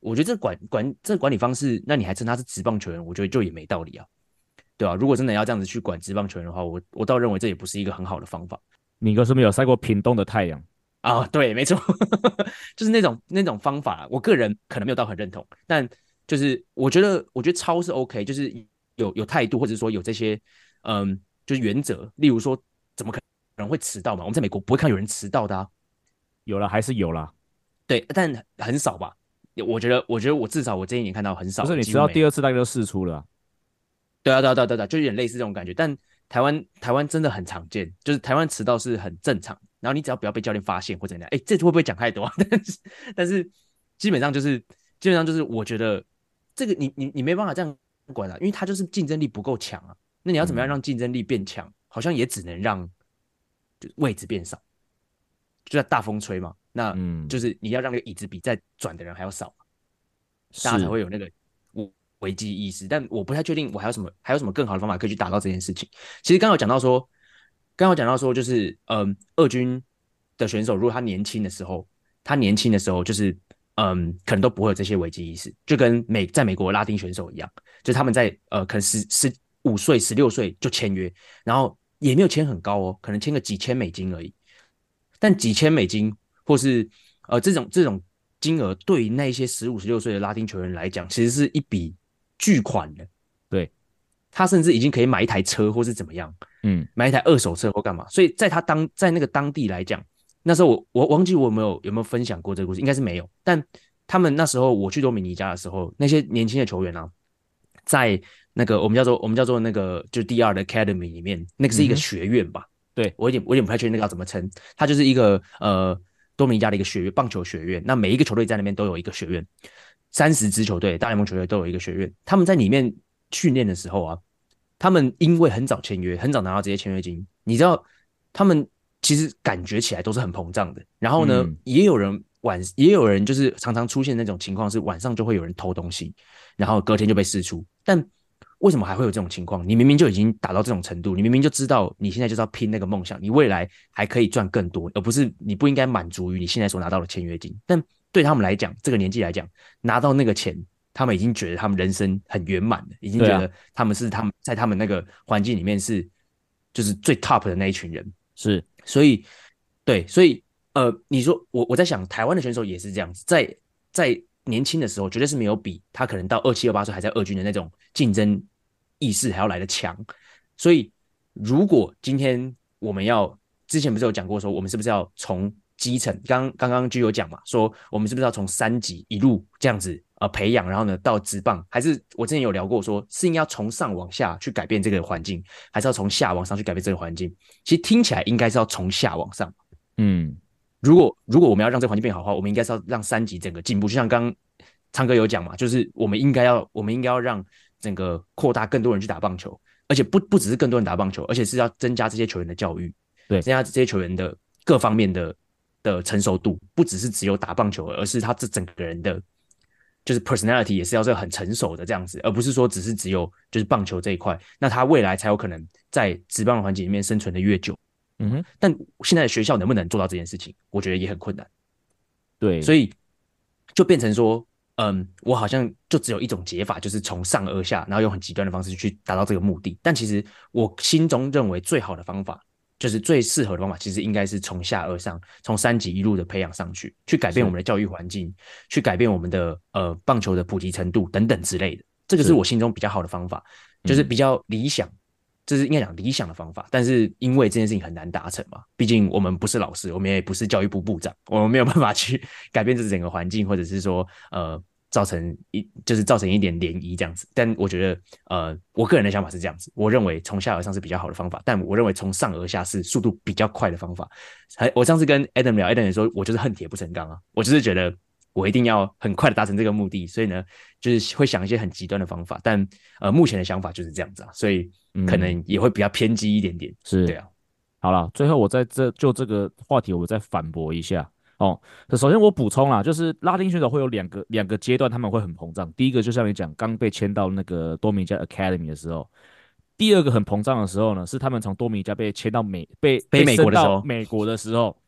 我觉得这管管这管理方式，那你还称他是职棒球员，我觉得就也没道理啊，对吧、啊？如果真的要这样子去管职棒球员的话，我我倒认为这也不是一个很好的方法。 你哥是不是有晒过屏东的太阳？ 啊，对，没错，就是那种那种方法，我个人可能没有到很认同，但就是我觉得，我觉得超是 OK，就是有有态度，或者说有这些，嗯，就是原则，例如说，怎么可能会迟到嘛？我们在美国不会看有人迟到的啊， 有啦，还是有啦。 对，但很少吧？我觉得，我觉得我至少我这一年看到很少， 不是你几乎没有。 迟到第二次大概就试出了、啊。 对啊，对啊，对啊，对啊，就有点类似这种感觉。但台湾台湾真的很常见，就是台湾迟到是很正常，然后你只要不要被教练发现或怎样，哎，这会不会讲太多啊？但是但是基本上就是基本上就是我觉得这个你你你没办法这样管啊，因为他就是竞争力不够强啊。那你要怎么样让竞争力变强？好像也只能让就位置变少，就在大风吹嘛。那就是你要让那个椅子比在转的人还要少，大家才会有那个危机意识。但我不太确定我还有什么还有什么更好的方法可以去达到这件事情。其实刚刚有讲到说，刚刚有讲到说，就是嗯，二军的选手如果他年轻的时候，他年轻的时候就是嗯，可能都不会有这些危机意识，就跟美在美国拉丁选手一样，就是他们在呃可能十十五岁、十六岁就签约，然后也没有签很高哦，可能签个几千美金而已。但几千美金或是呃这种这种金额，对于那些十五、十六岁的拉丁球员来讲，其实是一笔巨款的。 对， 他甚至已经可以买一台车或是怎么样，嗯，买一台二手车或干嘛。所以在他当在那个当地来讲，那时候我我忘记我有没有有没有分享过这个故事，应该是没有。但他们那时候我去多米尼加的时候，那些年轻的球员啊，在那个我们叫做我们叫做那个就 D R 的 Academy 里面，那个是一个学院吧。嗯对， 我有点我有点不太确定那个要怎么称，它就是一个呃多米尼加的一个学院，棒球学院。那每一个球队在那边都有一个学院，三十支球队，大联盟球队都有一个学院。他们在里面训练的时候啊，他们因为很早签约，很早拿到这些签约金，你知道，他们其实感觉起来都是很膨胀的。然后呢，嗯、也有人晚，也有人就是常常出现那种情况，是晚上就会有人偷东西，然后隔天就被释出。但为什么还会有这种情况？你明明就已经达到这种程度，你明明就知道你现在就是要拼那个梦想，你未来还可以赚更多，而不是你不应该满足于你现在所拿到的签约金。但对他们来讲，这个年纪来讲，拿到那个钱，他们已经觉得他们人生很圆满了，已经觉得他们是他们在他们那个环境里面是就是最 top 的那一群人。 是， 所以对，所以呃，你说我我在想，台湾的选手也是这样子，在在年轻的时候，绝对是没有比他可能到二七二八岁还在二军的那种竞争意识还要来得强。所以，如果今天我们要之前不是有讲过说，我们是不是要从基层，刚刚刚就有讲嘛，说我们是不是要从三级一路这样子呃培养，然后呢到职棒，还是我之前有聊过说，是应该要从上往下去改变这个环境，还是要从下往上去改变这个环境？其实听起来应该是要从下往上。嗯。如果如果我们要让这个环境变好的话，我们应该是要让三级整个进步。就像刚刚昌哥有讲嘛，就是我们应该要我们应该要让整个扩大更多人去打棒球，而且不不只是更多人打棒球，而且是要增加这些球员的教育， 对， 增加这些球员的各方面的的成熟度，不只是只有打棒球，而是他这整个人的就是 personality 也是要是很成熟的这样子，而不是说只是只有就是棒球这一块，那他未来才有可能在职棒的环境里面生存的越久。嗯哼，但现在的学校能不能做到这件事情，我觉得也很困难。 对， 所以就变成说，嗯，我好像就只有一种解法，就是从上而下，然后用很极端的方式去达到这个目的。但其实我心中认为最好的方法，就是最适合的方法，其实应该是从下而上，从三级一路的培养上去，去改变我们的教育环境，去改变我们的呃棒球的普及程度等等之类的。这个是我心中比较好的方法，就是比较理想。嗯，这是应该讲理想的方法，但是因为这件事情很难达成嘛，毕竟我们不是老师，我们也不是教育部部长，我们没有办法去改变这整个环境，或者是说呃造成一就是造成一点涟漪这样子。但我觉得呃我个人的想法是这样子，我认为从下而上是比较好的方法，但我认为从上而下是速度比较快的方法。我上次跟 Adam 聊 ，Adam 也说我就是恨铁不成钢啊，我就是觉得我一定要很快的达成这个目的，所以呢，就是会想一些很极端的方法，但呃，目前的想法就是这样子啊，所以可能也会比较偏激一点点。 是， 对啊。 好了，最后我在这就这个话题，我再反驳一下哦。首先我补充啦，就是拉丁选手会有两个两个阶段，他们会很膨胀。第一个就像你讲，刚被签到那个多米加 Academy 的时候。第二个很膨胀的时候呢，是他们从多米加被签到美被飞美国的时候， 美国的时候，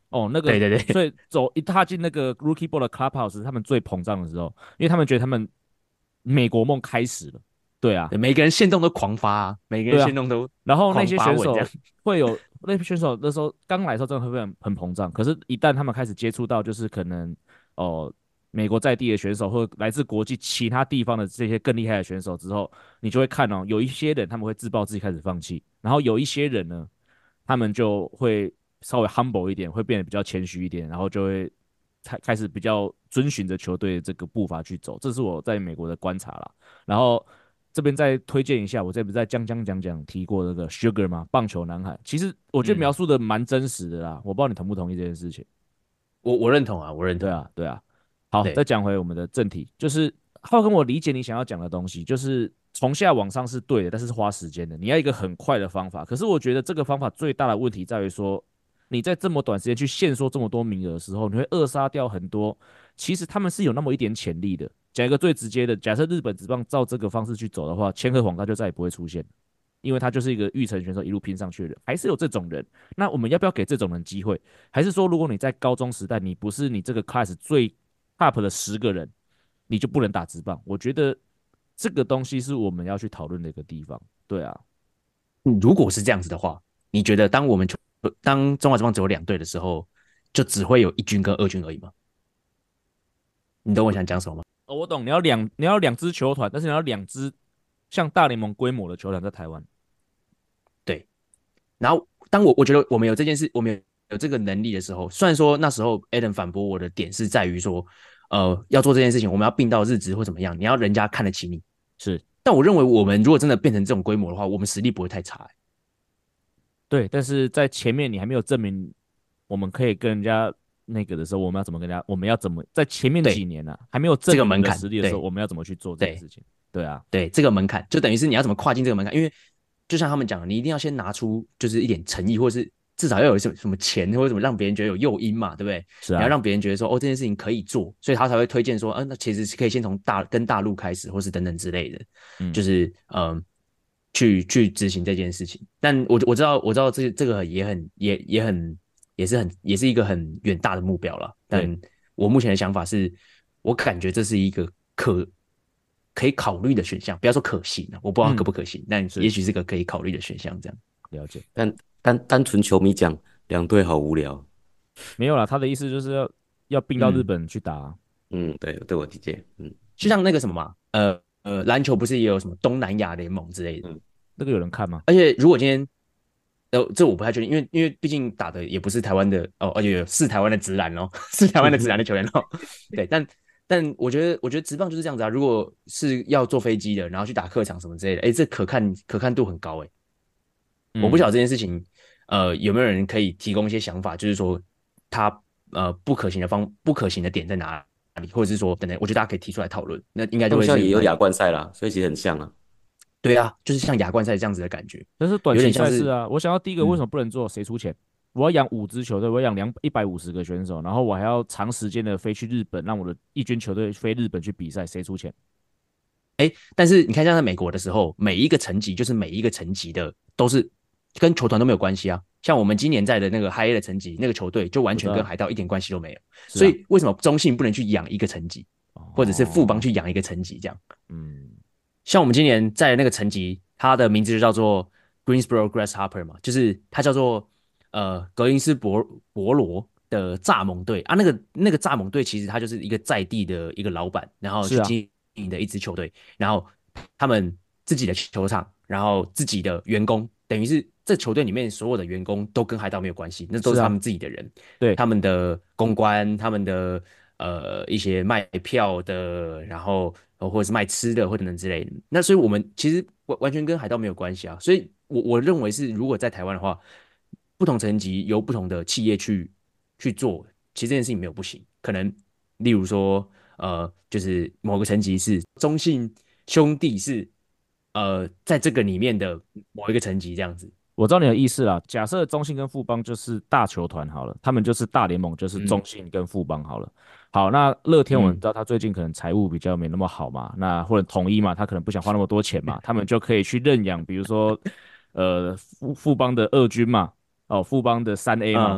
哦，那个， 对对对， 所以走一踏进那个 Rookie Ball 的 Clubhouse，他们最膨胀的时候，因为他们觉得他们美国梦开始了。对啊， 每个人限动都狂发啊，每个人对啊。 限动都狂然后那些发文这样。 选手会有，那些选手那时候刚来的时候真的会很很膨胀，可是，一旦他们开始接触到就是可能哦美国在地的选手或来自国际其他地方的这些更厉害的选手之后，你就会看哦，有一些人他们会自暴自弃开始放弃，然后有一些人呢，他们就会稍微 humble 一点，会变得比较谦虚一点，然后就会开开始比较遵循着球队的这个步伐去走，这是我在美国的观察啦。然后这边再推荐一下，我这不是在将将讲讲提过那个 Sugar 吗？棒球男孩，其实我觉得描嗯， 述的蛮真实的啦，我不知道你同不同意这件事情。 我我认同啊，我认同。 对啊，对啊。好，再对， 讲回我们的正题，就是浩跟我理解你想要讲的东西，就是从下往上是对的，但是是花时间的，你要一个很快的方法。可是我觉得这个方法最大的问题在于说，你在这么短时间去限缩这么多名额的时候，你会扼杀掉很多其实他们是有那么一点潜力的。讲一个最直接的，假设日本职棒照这个方式去走的话，千鹤晃大就再也不会出现，因为他就是一个育成选手一路拼上去的人，还是有这种人。那我们要不要给这种人机会？还是说，如果你在高中时代你不是你这个 class 最 top 的十个人，你就不能打职棒？我觉得这个东西是我们要去讨论的一个地方。对啊， 嗯如果是这样子的话，你觉得当我们球当中华职棒只有两队的时候，就只会有一军跟二军而已吗？你懂我想讲什么吗？ 哦，我懂，你要两你要两支球团，但是你要两支像大联盟规模的球团在台湾。 对。然后当我我觉得我们有这件事，我们有有这个能力的时候，虽然说那时候 Adam 反驳我的点是在于说，呃，要做这件事情，我们要并到日职或怎么样，你要人家看得起你。 是但我认为我们如果真的变成这种规模的话，我们实力不会太差、欸。 对，但是在前面你还没有证明我们可以跟人家那个的时候，我们要怎么跟人家？我们要怎么在前面几对， 年呢、啊、还没有证明我们的这个门槛， 实力的时候， 对我们要怎么去做这件对事情？对啊， 对，这个门槛就等于是你要怎么跨进这个门槛，因为就像他们讲的，你一定要先拿出就是一点诚意，或者是至少要有什么什么钱，或者什么让别人觉得有诱因嘛，对不对？ 是啊， 你要让别人觉得说，哦，这件事情可以做，所以他才会推荐说，嗯、呃，那其实是可以先从大跟大陆开始，或是等等之类的， 嗯， 就是嗯、呃去去执行这件事情。但我我知道我知道这这个也很也也很也是很也是一个很远大的目标了。 对， 但我目前的想法是，我感觉这是一个可可以考虑的选项，不要说可行啊，我不知道可嗯， 不可行，但是也许是个可以考虑的选项。这样， 了解。 但单单纯球迷讲，两队好无聊。 没有啦，他的意思就是要要并到日嗯， 本去打啊、 嗯，对，对我理解。嗯就像那个什么嘛，呃呃，篮球不是也有什么东南亚联盟之类的？ 嗯， 那个有人看吗？ 而且如果今天呃，这我不太确定，因为因为毕竟打的也不是台湾的哦，而且有是台湾的直男哦，是台湾的直男的球员哦。对，但但我觉得我觉得职棒就是这样子啊，如果是要坐飞机的，然后去打客场什么之类的，哎，这可看可看度很高哎。我不晓嗯， 得这件事情，呃，有没有人可以提供一些想法，就是说它呃不可行的方不可行的点在哪里，或者是说等等，我觉得大家可以提出来讨论，那应该他们就会现在也有亚是蛮有冠赛啦，所以其实很像啊。 对啊，就是像亚冠赛这样子的感觉， 但是短期有点像是赛事啊，我想要第一个为什嗯么不能做？谁出钱？我要养五支球队，我要养两一百五十个选手，然后我还要长时间的飞去日本，让我的一军球队飞日本去比赛，谁出钱？ 但是你看，像在美国的时候，每一个层级就是每一个层级的都是跟球团都没有关系啊。像我们今年在的那个 High A 的层级，那个球队就完全跟我知道， 海盗一点关系都没有。 是啊， 所以为什么中信不能去养一个层级，或者是富邦哦， 去养一个层级？这样， 嗯， 像我们今年在的那个层级，它的名字就叫做 Greensboro Grasshopper 嘛，就是它叫做呃格林斯伯伯罗的蚱蜢队啊。那个那个蚱蜢队其实它就是一个在地的一个老板，然后是啊， 去经营的一支球队，然后他们自己的球场，然后自己的员工，等于是这球队里面所有的员工都跟海盗没有关系，那都是啊， 是他们自己的人， 对， 他们的公关，他们的呃一些卖票的，然后呃或者是卖吃的或者等等之类的。那所以我们其实完完全跟海盗没有关系啊。所以我我认为是，如果在台湾的话，不同层级由不同的企业去去做，其实这件事情没有不行。可能例如说，呃，就是某个层级是中信兄弟是呃在这个里面的某一个层级这样子。 我知道你的意思啦。假设中信跟富邦就是大球团好了，他们就是大联盟，就是中嗯信跟富邦好了。好，那乐天我们知嗯， 道他最近可能财务比较没那么好嘛，那或者统一嘛，他可能不想花那么多钱嘛，他们就可以去认养，比如说呃富富邦的二军嘛，哦富邦的三 A 嘛， 嗯或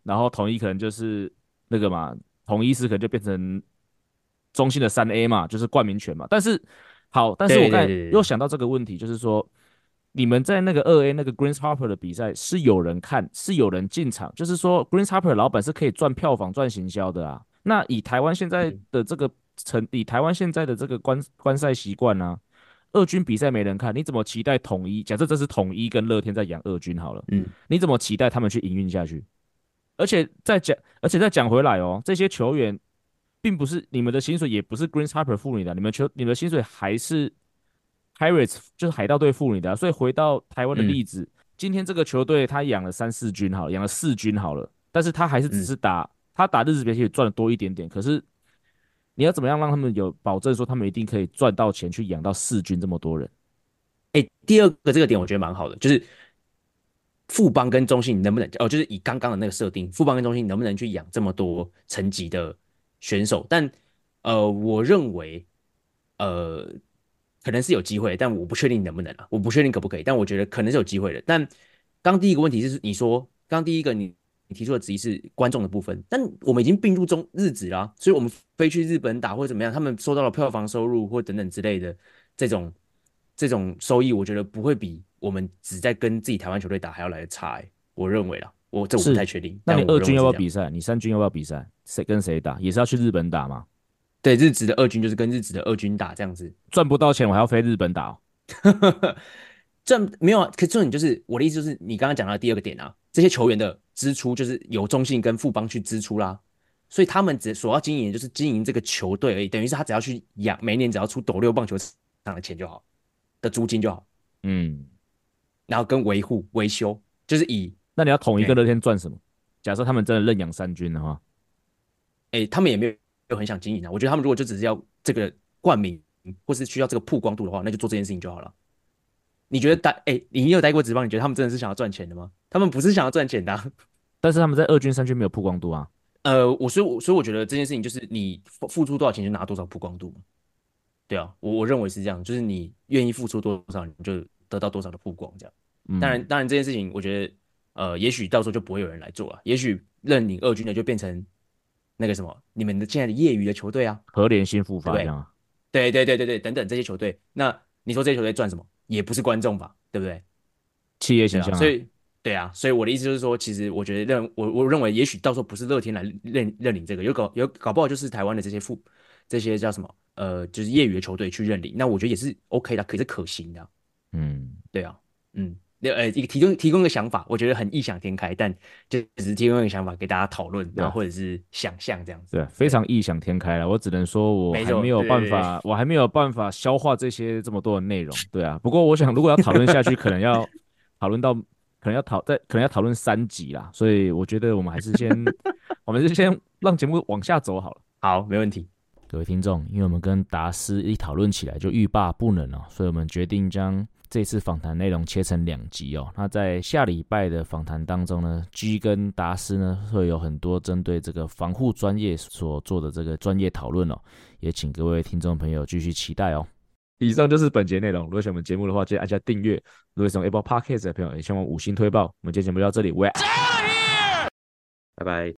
然后统一可能就是那个嘛，统一师可能就变成中信的三 A 嘛，就是冠名权嘛。但是好，但是我刚才又想到这个问题，就是说你们在那个二 A 那个 Grace Harper 的比赛是有人看，是有人进场，就是说 Grace Harper 的老板是可以赚票房、赚行销的啊。那以台湾现在的这个成，以台湾现在的这个观观赛习惯啊，二军比赛没人看，你怎么期待统一？假设这是统一跟乐天在养二军好了，嗯，你怎么期待他们去营运下去？而且再讲，而且再讲回来哦，这些球员并不是你们的薪水，也不是 Grace Harper 付你的，你们球你们的薪水还是 Pirates 就是海盗队付你的啊。所以回到台湾的例子，嗯、今天这个球队他养了三四军好了，养了四军好了，但是他还是只是打、嗯、他打日子比赛赚的多一点点，可是你要怎么样让他们有保证说他们一定可以赚到钱去养到四军这么多人？ 哎、欸，第二个这个点我觉得蛮好的，就是富邦跟中信能不能哦，就是以刚刚的那个设定，富邦跟中信能不能去养这么多层级的选手？但呃，我认为呃可能是有机会，但我不确定能不能啊，我不确定可不可以，但我觉得可能是有机会的。但刚第一个问题是你说，刚第一个你你提出的质疑是观众的部分，但我们已经并入中日子啦、啊，所以我们飞去日本打或者怎么样，他们收到了票房收入或等等之类的这种这种收益，我觉得不会比我们只在跟自己台湾球队打还要来的差、欸。我认为啦，我这我不太确定。 那你二军要不要比赛？你三军要不要比赛？谁跟谁打？也是要去日本打吗？ 对，日职的二军就是跟日职的二军打这样子， 赚不到钱我还要飞日本打、哦。 赚没有啊？可重点就是我的意思就是你刚刚讲到的第二个点啊，这些球员的支出就是由中信跟富邦去支出啦，所以他们只所要经营的就是经营这个球队而已，等于是他只要去养，每年只要出斗六棒球场的钱就好，的租金就好，嗯，然后跟维护维修，就是以那你要统一跟乐天赚什么？假设他们真的认养三军的话， 哎、欸，他们也没有很想经营啊。我觉得他们如果就只是要这个冠名，或是需要这个曝光度的话，那就做这件事情就好了。你觉得待哎、欸，你有待过职棒？你觉得他们真的是想要赚钱的吗？他们不是想要赚钱的、啊， 但是他们在二军、三军没有曝光度啊。 呃，我所以我，所以我觉得这件事情就是你付出多少钱就拿多少曝光度嘛。对啊，我我认为是这样，就是你愿意付出多少，你就得到多少的曝光，这样。嗯、当然，当然这件事情，我觉得呃，也许到时候就不会有人来做了，也许认领二军的就变成那个什么，你们的现在的业余的球队啊， 和联新复发这样。 对对对对对，等等这些球队，那你说这些球队赚什么？也不是观众吧，对不对？ 企业形象、啊啊， 所以对啊，所以我的意思就是说，其实我觉得认我我认为，也许到时候不是乐天来认认领这个，有搞有搞不好就是台湾的这些副这些叫什么呃，就是业余的球队去认领，那我觉得也是 OK 的，可是可行的、啊。嗯，对啊，嗯。呃，一个提供提供一个想法，我觉得很异想天开，但就只是提供一个想法给大家讨论，然后或者是想象这样子。 对，非常异想天开了。我只能说，我还没有办法，我还没有办法消化这些这么多的内容。对啊，不过我想，如果要讨论下去，可能要讨论到，可能要讨在，可能要讨论三集啦。所以我觉得我们还是先，我们是先让节目往下走好了。 好，没问题。 各位听众，因为我们跟达斯一讨论起来就欲罢不能哦，所以我们决定将这次访谈内容切成两集哦。那在下礼拜的访谈当中呢 ，G 跟达斯呢会有很多针对这个防护专业所做的这个专业讨论哦，也请各位听众朋友继续期待哦。以上就是本节内容，如果喜欢我们节目的话，记得按下订阅。如果是用 Apple Podcast 的朋友，也希望五星推爆。我们今天节目就到这里，拜拜拜。